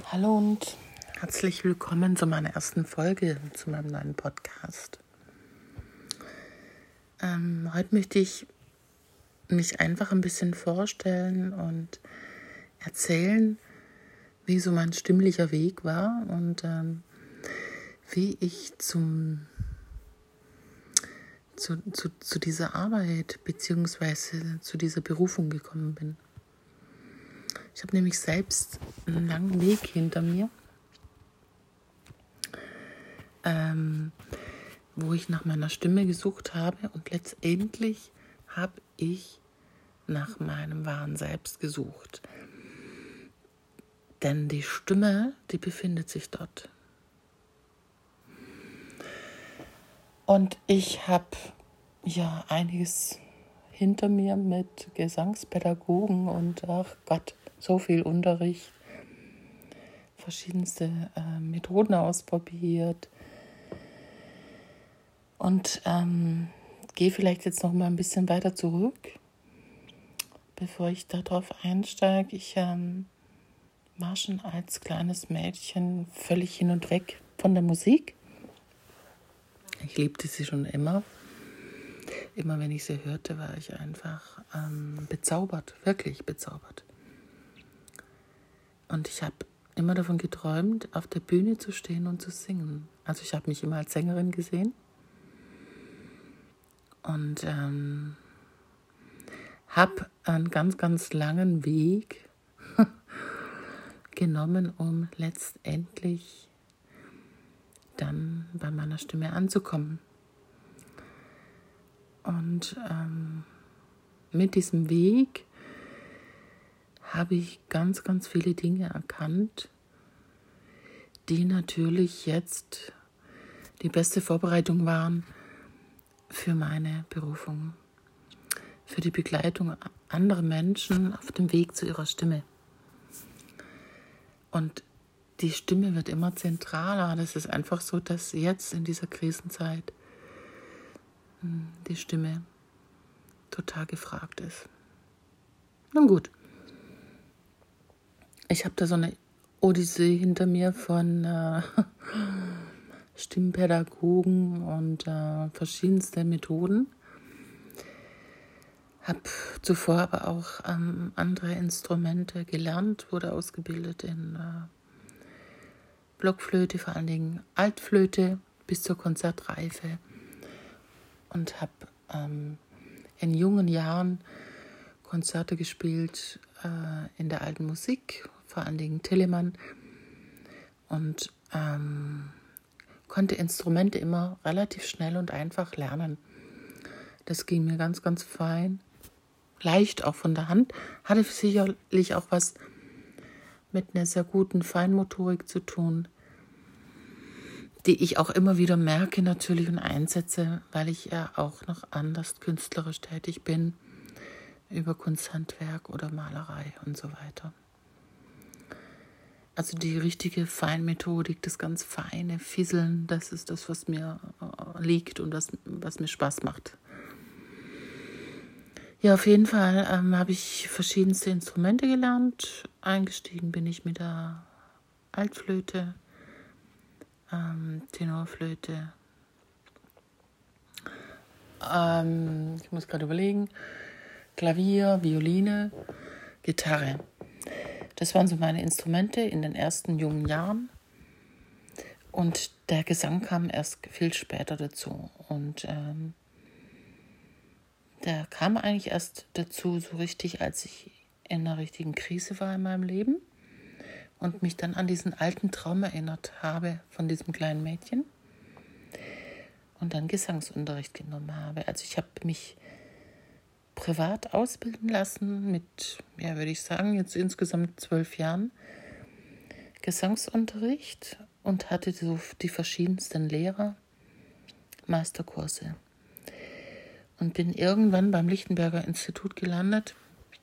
Hallo und herzlich willkommen zu meiner ersten Folge, zu meinem neuen Podcast. Heute möchte ich mich einfach ein bisschen vorstellen und erzählen, wie so mein stimmlicher Weg war und wie ich zu dieser Arbeit bzw. zu dieser Berufung gekommen bin. Ich habe nämlich selbst einen langen Weg hinter mir, wo ich nach meiner Stimme gesucht habe und letztendlich habe ich nach meinem wahren Selbst gesucht. Denn die Stimme, die befindet sich dort. Und ich habe ja einiges hinter mir mit Gesangspädagogen und ach Gott, so viel Unterricht, verschiedenste Methoden ausprobiert. Und gehe vielleicht jetzt noch mal ein bisschen weiter zurück, bevor ich darauf einsteige. Ich war schon als kleines Mädchen völlig hin und weg von der Musik. Ich liebte sie schon immer. Immer wenn ich sie hörte, war ich einfach bezaubert, wirklich bezaubert. Und ich habe immer davon geträumt, auf der Bühne zu stehen und zu singen. Also ich habe mich immer als Sängerin gesehen. Und habe einen ganz, ganz langen Weg genommen, um letztendlich dann bei meiner Stimme anzukommen. Und mit diesem Weg habe ich ganz, ganz viele Dinge erkannt, die natürlich jetzt die beste Vorbereitung waren für meine Berufung, für die Begleitung anderer Menschen auf dem Weg zu ihrer Stimme. Und die Stimme wird immer zentraler. Das ist einfach so, dass jetzt in dieser Krisenzeit die Stimme total gefragt ist. Nun gut, ich habe da so eine Odyssee hinter mir von Stimmpädagogen und verschiedenste Methoden. Habe zuvor aber auch andere Instrumente gelernt, wurde ausgebildet in Blockflöte, vor allen Dingen Altflöte bis zur Konzertreife und habe in jungen Jahren Konzerte gespielt in der alten Musik, vor allen Dingen Telemann, und konnte Instrumente immer relativ schnell und einfach lernen. Das ging mir ganz, ganz fein, leicht auch von der Hand, hatte sicherlich auch was mit einer sehr guten Feinmotorik zu tun, die ich auch immer wieder merke natürlich und einsetze, weil ich ja auch noch anders künstlerisch tätig bin, über Kunsthandwerk oder Malerei und so weiter. Also die richtige Feinmethodik, das ganz feine Fieseln, das ist das, was mir liegt und das, was mir Spaß macht. Ja, auf jeden Fall habe ich verschiedenste Instrumente gelernt. Eingestiegen bin ich mit der Altflöte, Tenorflöte. Ich muss gerade überlegen. Klavier, Violine, Gitarre. Das waren so meine Instrumente in den ersten jungen Jahren. Und der Gesang kam erst viel später dazu. Und der kam eigentlich erst dazu so richtig, als ich in einer richtigen Krise war in meinem Leben und mich dann an diesen alten Traum erinnert habe von diesem kleinen Mädchen und dann Gesangsunterricht genommen habe. Also ich habe mich privat ausbilden lassen mit, ja, würde ich sagen, jetzt insgesamt 12 Jahren Gesangsunterricht und hatte so die verschiedensten Lehrer, Meisterkurse. Und bin irgendwann beim Lichtenberger Institut gelandet,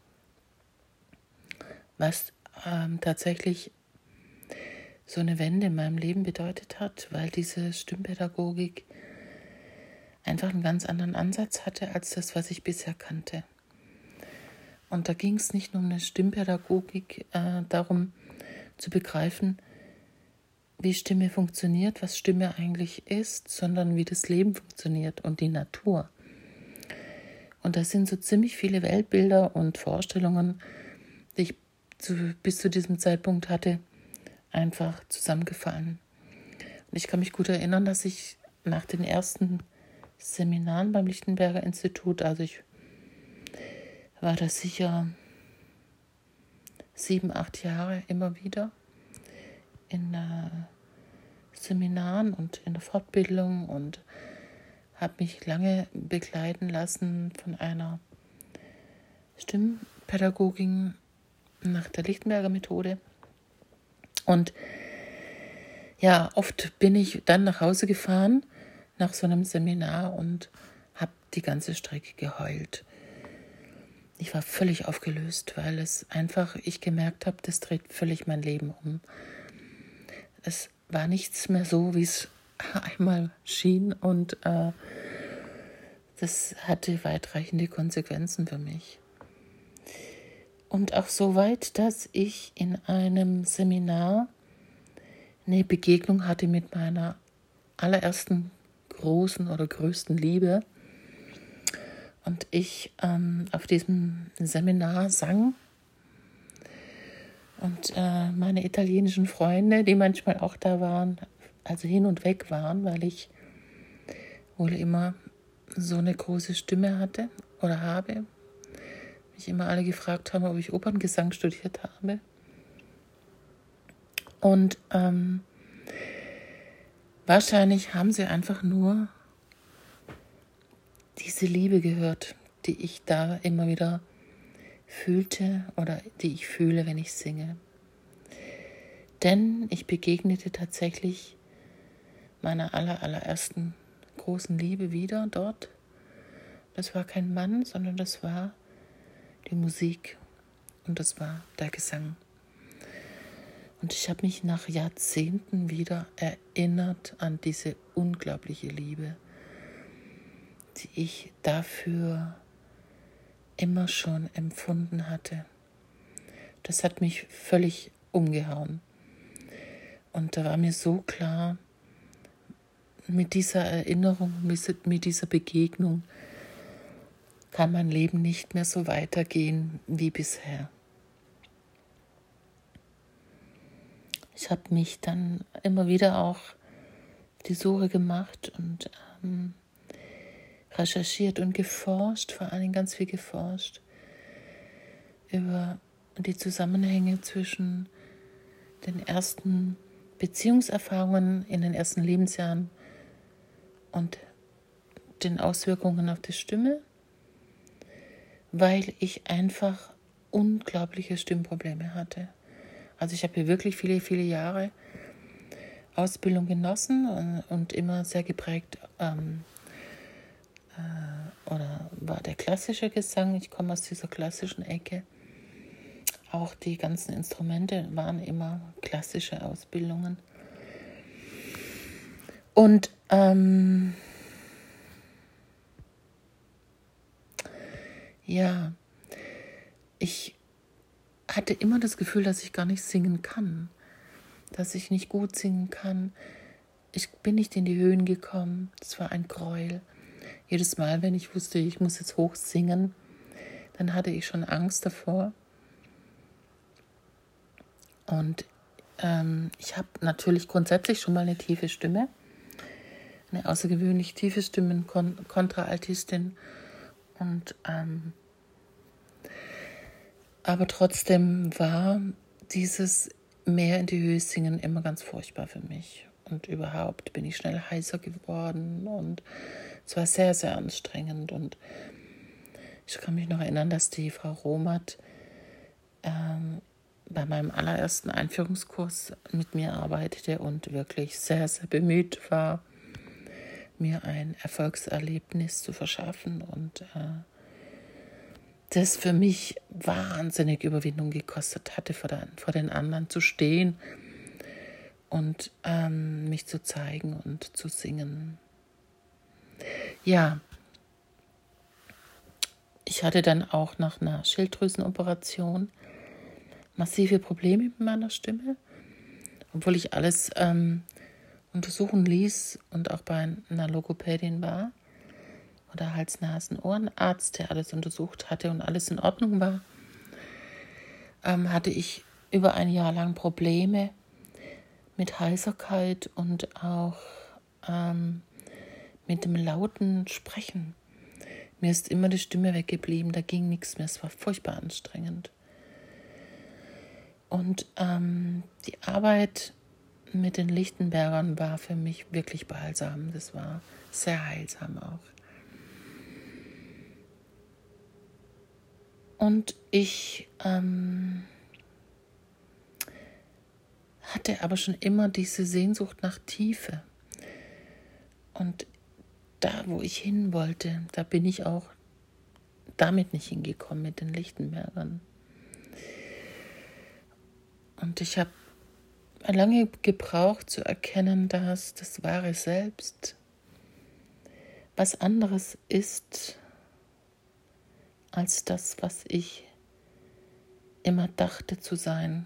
was tatsächlich so eine Wende in meinem Leben bedeutet hat, weil diese Stimmpädagogik einfach einen ganz anderen Ansatz hatte als das, was ich bisher kannte. Und da ging es nicht nur um eine Stimmpädagogik darum, zu begreifen, wie Stimme funktioniert, was Stimme eigentlich ist, sondern wie das Leben funktioniert und die Natur. Und da sind so ziemlich viele Weltbilder und Vorstellungen, die ich bis zu diesem Zeitpunkt hatte, einfach zusammengefallen. Und ich kann mich gut erinnern, dass ich nach den ersten Seminaren beim Lichtenberger Institut, also ich war da sicher 7, 8 Jahre immer wieder in Seminaren und in der Fortbildung und habe mich lange begleiten lassen von einer Stimmpädagogin nach der Lichtenberger Methode. Und ja, oft bin ich dann nach Hause gefahren nach so einem Seminar und habe die ganze Strecke geheult. Ich war völlig aufgelöst, weil ich gemerkt habe, das dreht völlig mein Leben um. Es war nichts mehr so, wie es einmal schien und das hatte weitreichende Konsequenzen für mich. Und auch so weit, dass ich in einem Seminar eine Begegnung hatte mit meiner allerersten großen oder größten Liebe. Und ich auf diesem Seminar sang. Und meine italienischen Freunde, die manchmal auch da waren, also hin und weg waren, weil ich wohl immer so eine große Stimme hatte oder habe. Mich immer alle gefragt haben, ob ich Operngesang studiert habe. Und wahrscheinlich haben sie einfach nur diese Liebe gehört, die ich da immer wieder fühlte oder die ich fühle, wenn ich singe. Denn ich begegnete tatsächlich meiner allerersten großen Liebe wieder dort. Das war kein Mann, sondern das war die Musik und das war der Gesang. Und ich habe mich nach Jahrzehnten wieder erinnert an diese unglaubliche Liebe, die ich dafür immer schon empfunden hatte. Das hat mich völlig umgehauen. Und da war mir so klar, mit dieser Erinnerung, mit dieser Begegnung kann mein Leben nicht mehr so weitergehen wie bisher. Ich habe mich dann immer wieder auch die Suche gemacht und recherchiert und geforscht, vor allem ganz viel geforscht über die Zusammenhänge zwischen den ersten Beziehungserfahrungen in den ersten Lebensjahren und den Auswirkungen auf die Stimme, weil ich einfach unglaubliche Stimmprobleme hatte. Also ich habe hier wirklich viele, viele Jahre Ausbildung genossen und immer sehr geprägt oder war der klassische Gesang. Ich komme aus dieser klassischen Ecke. Auch die ganzen Instrumente waren immer klassische Ausbildungen. Und ja, ich hatte immer das Gefühl, dass ich gar nicht singen kann, dass ich nicht gut singen kann. Ich bin nicht in die Höhen gekommen. Es war ein Gräuel. Jedes Mal, wenn ich wusste, ich muss jetzt hoch singen, dann hatte ich schon Angst davor. Und ich habe natürlich grundsätzlich schon mal eine tiefe Stimme, eine außergewöhnlich tiefe Stimme, Kontraaltistin. Und aber trotzdem war dieses mehr in die Höhe singen immer ganz furchtbar für mich. Und überhaupt bin ich schnell heiser geworden und es war sehr, sehr anstrengend. Und ich kann mich noch erinnern, dass die Frau Rohmatt bei meinem allerersten Einführungskurs mit mir arbeitete und wirklich sehr, sehr bemüht war, mir ein Erfolgserlebnis zu verschaffen und das für mich wahnsinnig Überwindung gekostet hatte, vor den anderen zu stehen und mich zu zeigen und zu singen. Ja, ich hatte dann auch nach einer Schilddrüsenoperation massive Probleme mit meiner Stimme obwohl ich alles untersuchen ließ und auch bei einer Logopädin war oder Hals-Nasen-Ohrenarzt, der alles untersucht hatte und alles in Ordnung war, hatte ich über ein Jahr lang Probleme mit Heiserkeit und auch mit dem lauten Sprechen. Mir ist immer die Stimme weggeblieben, da ging nichts mehr, es war furchtbar anstrengend. Und die Arbeit mit den Lichtenbergern war für mich wirklich balsam, das war sehr heilsam auch. Und ich hatte aber schon immer diese Sehnsucht nach Tiefe. Und da, wo ich hin wollte, da bin ich auch damit nicht hingekommen mit den Lichtenbergern. Und ich habe lange gebraucht zu erkennen, dass das wahre Selbst was anderes ist als das, was ich immer dachte zu sein.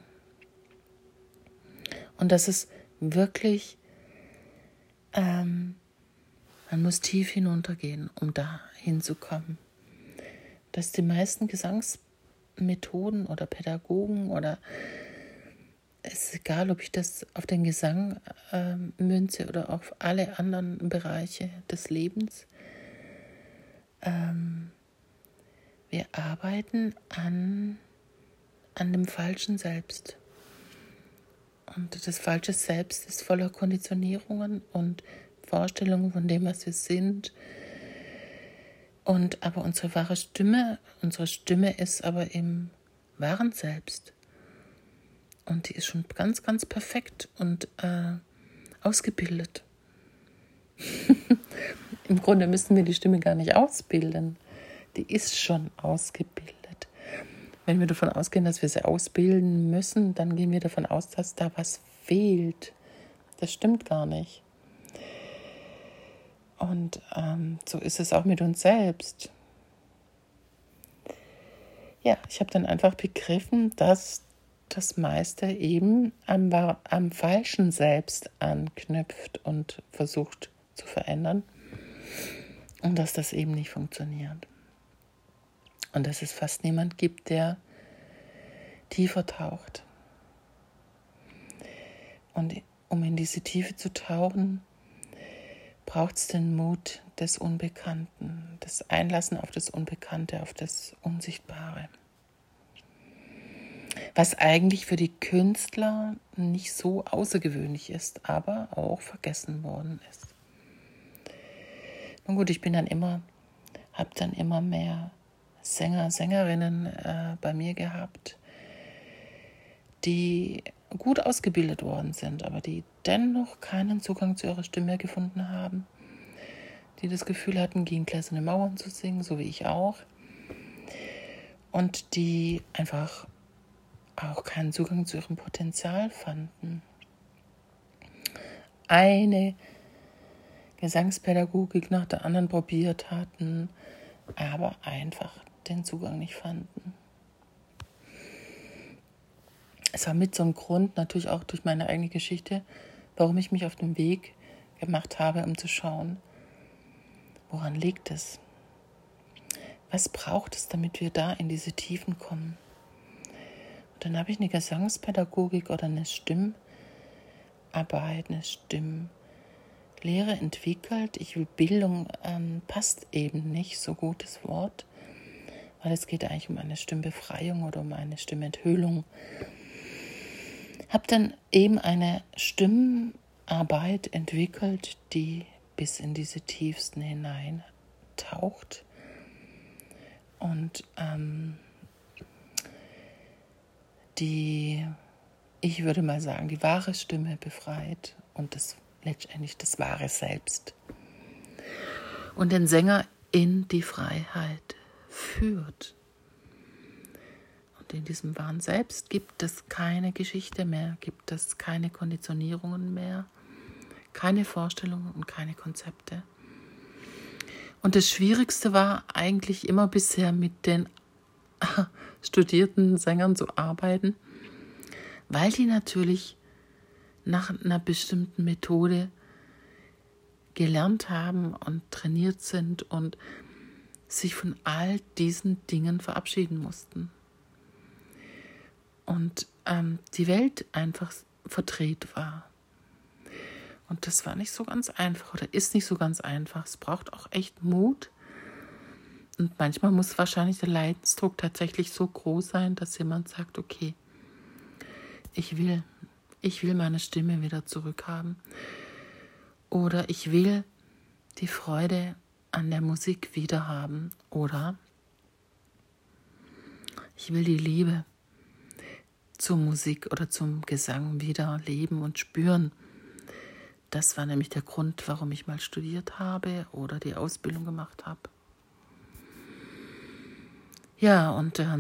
Und dass es wirklich, man muss tief hinuntergehen, um da hinzukommen. Dass die meisten Gesangsmethoden oder Pädagogen oder es ist egal, ob ich das auf den Gesang münze oder auf alle anderen Bereiche des Lebens, wir arbeiten an dem falschen Selbst. Und das falsche Selbst ist voller Konditionierungen und Vorstellungen von dem, was wir sind. Aber unsere Stimme ist aber im wahren Selbst. Und die ist schon ganz, ganz perfekt und ausgebildet. Im Grunde müssen wir die Stimme gar nicht ausbilden. Die ist schon ausgebildet. Wenn wir davon ausgehen, dass wir sie ausbilden müssen, dann gehen wir davon aus, dass da was fehlt. Das stimmt gar nicht. Und so ist es auch mit uns selbst. Ja, ich habe dann einfach begriffen, dass das meiste eben am falschen Selbst anknüpft und versucht zu verändern. Und dass das eben nicht funktioniert. Und dass es fast niemand gibt, der tiefer taucht. Und um in diese Tiefe zu tauchen, braucht es den Mut des Unbekannten, das Einlassen auf das Unbekannte, auf das Unsichtbare. Was eigentlich für die Künstler nicht so außergewöhnlich ist, aber auch vergessen worden ist. Nun gut, ich habe dann immer mehr Sänger, Sängerinnen bei mir gehabt, die gut ausgebildet worden sind, aber die dennoch keinen Zugang zu ihrer Stimme gefunden haben, die das Gefühl hatten, gegen gläserne Mauern zu singen, so wie ich auch, und die einfach auch keinen Zugang zu ihrem Potenzial fanden. Eine Gesangspädagogik nach der anderen probiert hatten, aber einfach den Zugang nicht fanden. Es war mit so einem Grund, natürlich auch durch meine eigene Geschichte, warum ich mich auf den Weg gemacht habe, um zu schauen, woran liegt es? Was braucht es, damit wir da in diese Tiefen kommen? Und dann habe ich eine Gesangspädagogik oder eine Stimmarbeit, eine Stimmlehre entwickelt. Bildung passt eben nicht, so gutes Wort, weil es geht eigentlich um eine Stimmbefreiung oder um eine Stimmenthüllung. Habe dann eben eine Stimmarbeit entwickelt, die bis in diese Tiefsten hinein taucht und die, ich würde mal sagen, die wahre Stimme befreit und letztendlich das wahre Selbst und den Sänger in die Freiheit führt. Und in diesem wahren Selbst gibt es keine Geschichte mehr, gibt es keine Konditionierungen mehr, keine Vorstellungen und keine Konzepte. Und das Schwierigste war eigentlich immer bisher mit den studierten Sängern zu arbeiten, weil die natürlich nach einer bestimmten Methode gelernt haben und trainiert sind und sich von all diesen Dingen verabschieden mussten. Und die Welt einfach verdreht war. Und das war nicht so ganz einfach oder ist nicht so ganz einfach. Es braucht auch echt Mut. Und manchmal muss wahrscheinlich der Leidensdruck tatsächlich so groß sein, dass jemand sagt, okay, ich will meine Stimme wieder zurückhaben. Oder ich will die Freude an der Musik wieder haben. Oder ich will die Liebe zur Musik oder zum Gesang wieder leben und spüren. Das war nämlich der Grund, warum ich mal studiert habe oder die Ausbildung gemacht habe. Ja, und das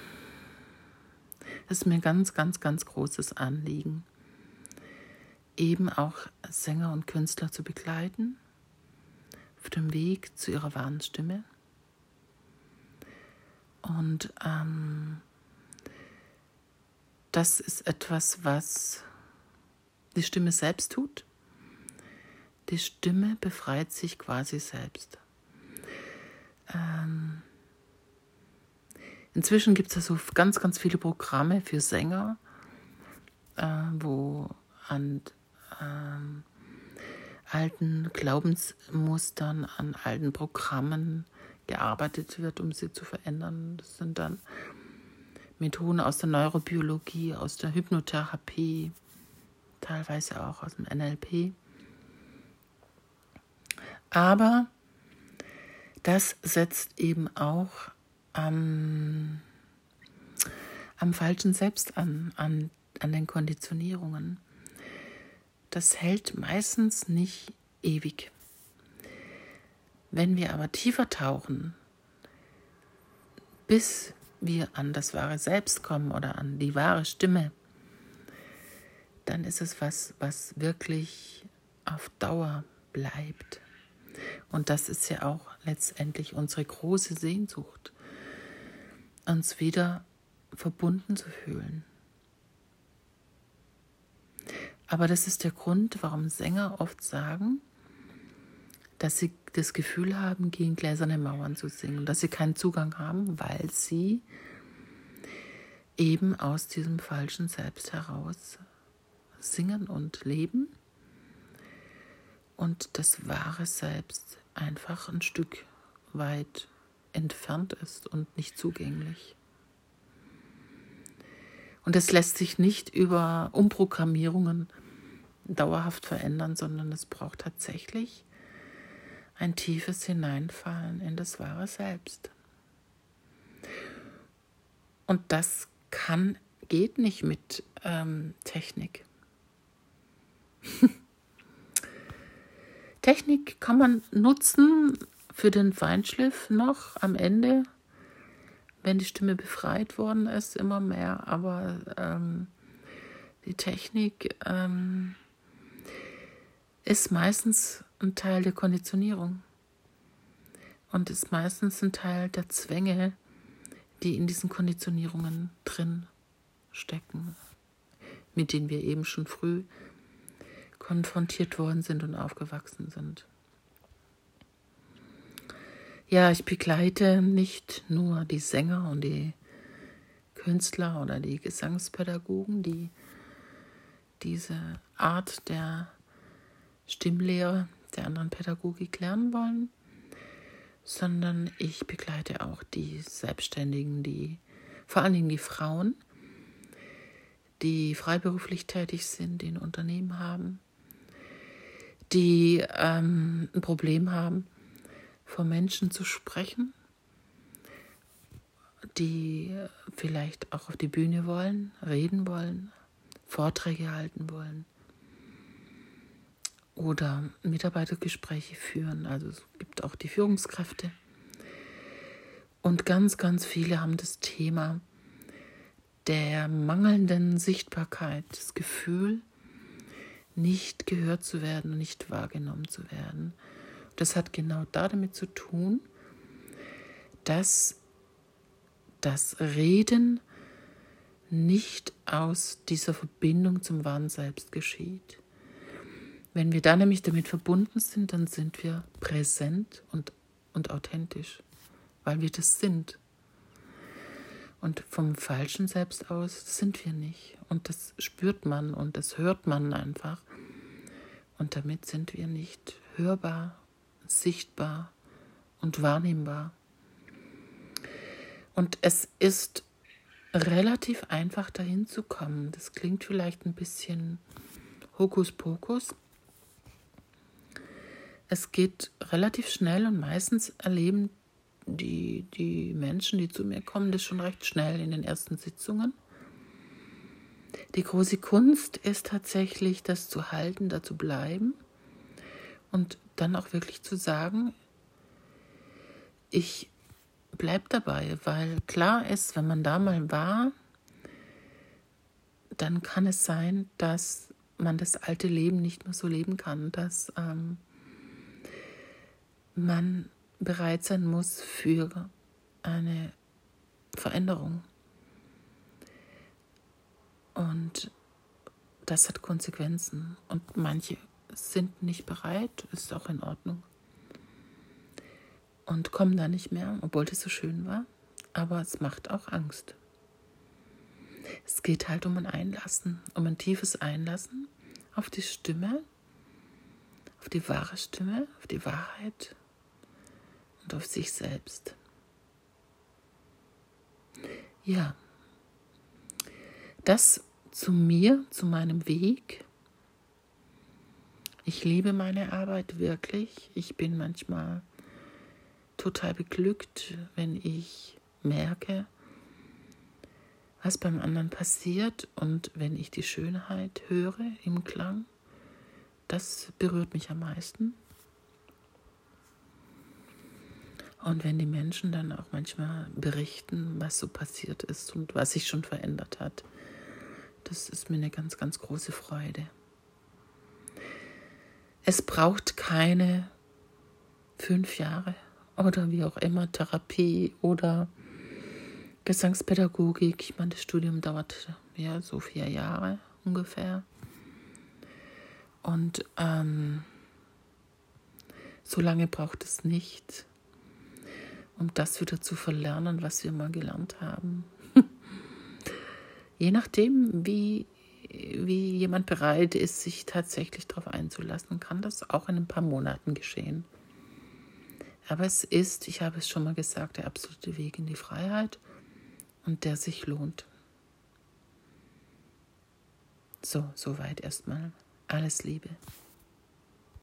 ist mir ein ganz, ganz, ganz großes Anliegen, eben auch Sänger und Künstler zu begleiten auf dem Weg zu ihrer wahren Stimme. Und das ist etwas, was die Stimme selbst tut. Die Stimme befreit sich quasi selbst. Inzwischen gibt es ja so ganz, ganz viele Programme für Sänger, wo an alten Glaubensmustern, an alten Programmen gearbeitet wird, um sie zu verändern. Das sind dann Methoden aus der Neurobiologie, aus der Hypnotherapie, teilweise auch aus dem NLP. Aber das setzt eben auch am falschen Selbst an den Konditionierungen. Das hält meistens nicht ewig. Wenn wir aber tiefer tauchen, bis wir an das wahre Selbst kommen oder an die wahre Stimme, dann ist es was wirklich auf Dauer bleibt. Und das ist ja auch letztendlich unsere große Sehnsucht, uns wieder verbunden zu fühlen. Aber das ist der Grund, warum Sänger oft sagen, dass sie das Gefühl haben, gegen gläserne Mauern zu singen, dass sie keinen Zugang haben, weil sie eben aus diesem falschen Selbst heraus singen und leben und das wahre Selbst einfach ein Stück weit entfernt ist und nicht zugänglich. Und das lässt sich nicht über Umprogrammierungen dauerhaft verändern, sondern es braucht tatsächlich ein tiefes Hineinfallen in das wahre Selbst. Und das geht nicht mit Technik. Technik kann man nutzen für den Feinschliff noch am Ende, wenn die Stimme befreit worden ist, immer mehr. Aber die Technik ist meistens ein Teil der Konditionierung und ist meistens ein Teil der Zwänge, die in diesen Konditionierungen drin stecken, mit denen wir eben schon früh konfrontiert worden sind und aufgewachsen sind. Ja, ich begleite nicht nur die Sänger und die Künstler oder die Gesangspädagogen, die diese Art der Stimmlehre der anderen Pädagogik lernen wollen, sondern ich begleite auch die Selbstständigen, vor allen Dingen die Frauen, die freiberuflich tätig sind, die ein Unternehmen haben, die ein Problem haben, vor Menschen zu sprechen, die vielleicht auch auf die Bühne wollen, reden wollen, Vorträge halten wollen oder Mitarbeitergespräche führen. Also es gibt auch die Führungskräfte. Und ganz, ganz viele haben das Thema der mangelnden Sichtbarkeit, das Gefühl, nicht gehört zu werden und nicht wahrgenommen zu werden. Das hat genau damit zu tun, dass das Reden nicht aus dieser Verbindung zum wahren Selbst geschieht. Wenn wir da nämlich damit verbunden sind, dann sind wir präsent und authentisch, weil wir das sind. Und vom falschen Selbst aus sind wir nicht. Und das spürt man und das hört man einfach. Und damit sind wir nicht hörbar, sichtbar und wahrnehmbar. Und es ist relativ einfach dahin zu kommen. Das klingt vielleicht ein bisschen Hokuspokus. Es geht relativ schnell und meistens erleben die Menschen, die zu mir kommen, das schon recht schnell in den ersten Sitzungen. Die große Kunst ist tatsächlich, das zu halten, da zu bleiben und dann auch wirklich zu sagen, ich bleibe dabei, weil klar ist, wenn man da mal war, dann kann es sein, dass man das alte Leben nicht mehr so leben kann, dass man bereit sein muss für eine Veränderung. Und das hat Konsequenzen. Und manche sind nicht bereit, ist auch in Ordnung. Und kommen da nicht mehr, obwohl das so schön war. Aber es macht auch Angst. Es geht halt um ein Einlassen, um ein tiefes Einlassen auf die Stimme, auf die wahre Stimme, auf die Wahrheit und auf sich selbst. Ja, das zu mir, zu meinem Weg. Ich liebe meine Arbeit wirklich. Ich bin manchmal total beglückt, wenn ich merke, was beim anderen passiert und wenn ich die Schönheit höre im Klang. Das berührt mich am meisten. Und wenn die Menschen dann auch manchmal berichten, was so passiert ist und was sich schon verändert hat, das ist mir eine ganz, ganz große Freude. Es braucht keine 5 Jahre oder wie auch immer Therapie oder Gesangspädagogik. Ich meine, das Studium dauert ja so 4 Jahre ungefähr. Und so lange braucht es nicht, um das wieder zu verlernen, was wir mal gelernt haben. Je nachdem, wie jemand bereit ist, sich tatsächlich darauf einzulassen, kann das auch in ein paar Monaten geschehen. Aber es ist, ich habe es schon mal gesagt, der absolute Weg in die Freiheit und der sich lohnt. So, soweit erstmal. Alles Liebe.